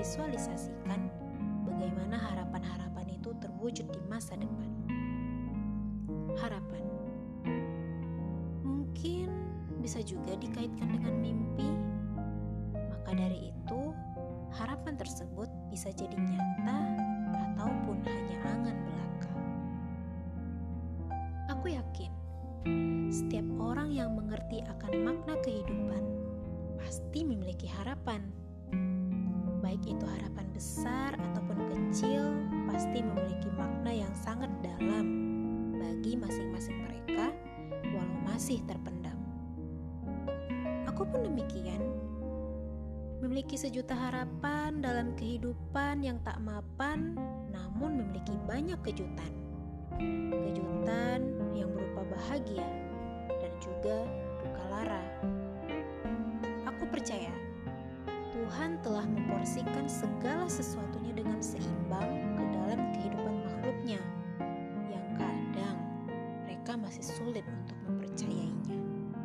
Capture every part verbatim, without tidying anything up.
memvisualisasikan bagaimana harapan-harapan itu terwujud di masa depan. Harapan mungkin bisa juga dikaitkan dengan mimpi. Maka dari itu, harapan tersebut bisa jadi nyata ataupun hanya angan belaka. Aku yakin setiap orang yang mengerti akan makna kehidupan pasti memiliki harapan. Baik itu harapan besar ataupun kecil, pasti memiliki makna yang sangat dalam bagi masing-masing mereka, walau masih terpendam. Aku pun demikian, memiliki sejuta harapan dalam kehidupan yang tak mapan, namun memiliki banyak kejutan. Kejutan yang berupa bahagia dan juga duka lara. Aku percaya Tuhan telah memporsikan segala sesuatunya dengan seimbang ke dalam kehidupan makhluknya, yang kadang mereka masih sulit untuk mempercayainya.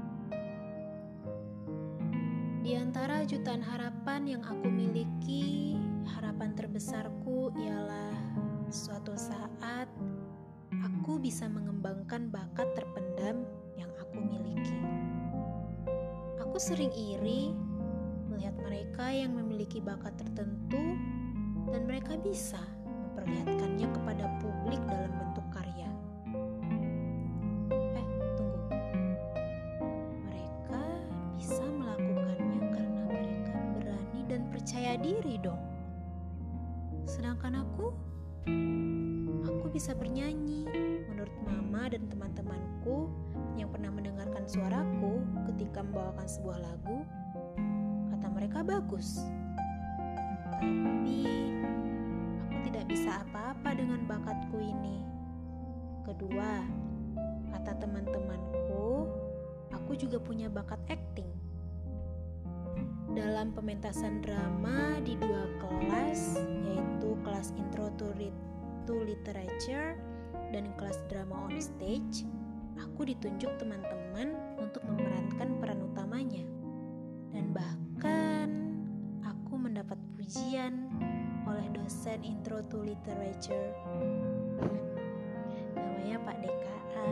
Di antara jutaan harapan yang aku miliki, harapan terbesarku ialah suatu saat aku bisa mengembangkan bakat terpendam yang aku miliki. Aku sering iri melihat mereka yang memiliki bakat tertentu dan mereka bisa memperlihatkannya kepada publik dalam bentuk karya. Eh, tunggu. Mereka bisa melakukannya karena mereka berani dan percaya diri dong. Sedangkan aku, aku bisa bernyanyi. Menurut mama dan teman-temanku yang pernah mendengarkan suaraku ketika membawakan sebuah lagu, kata mereka bagus. Tapi aku tidak bisa apa-apa dengan bakatku ini. Kedua, kata teman-temanku, aku juga punya bakat akting. Dalam pementasan drama di dua kelas, yaitu kelas Intro to, to Literature dan kelas drama on stage, aku ditunjuk teman-teman untuk memerankan peran utamanya. Dan bahkan aku mendapat pujian oleh dosen Intro to Literature, namanya Pak D K A.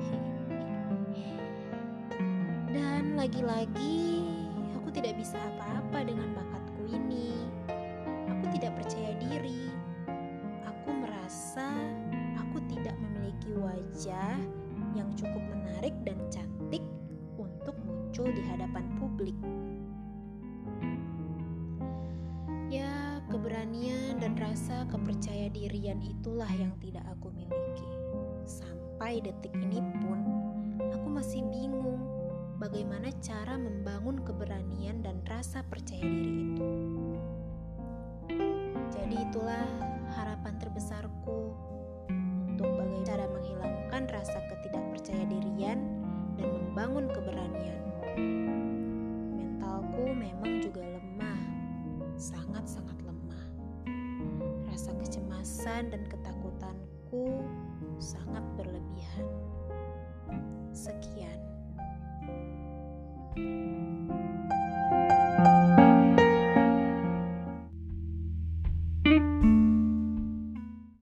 Dan lagi-lagi aku tidak bisa apa-apa dengan bakatku ini. Aku tidak percaya diri. Aku merasa aku tidak memiliki wajah yang cukup menarik dan cantik untuk muncul di hadapan publik. Ya, keberanian dan rasa kepercaya dirian itulah yang tidak aku miliki. Sampai detik ini pun, aku masih bingung bagaimana cara membangun keberanian dan rasa percaya diri itu. Jadi itulah harapan terbesarku untuk bagaimana cara menghilangkan rasa ketidakpercaya dirian dan membangun keberanian. Mentalku memang juga lemah, sangat-sangat lemah. Rasa kecemasan dan ketakutanku sangat berlebihan. Sekian.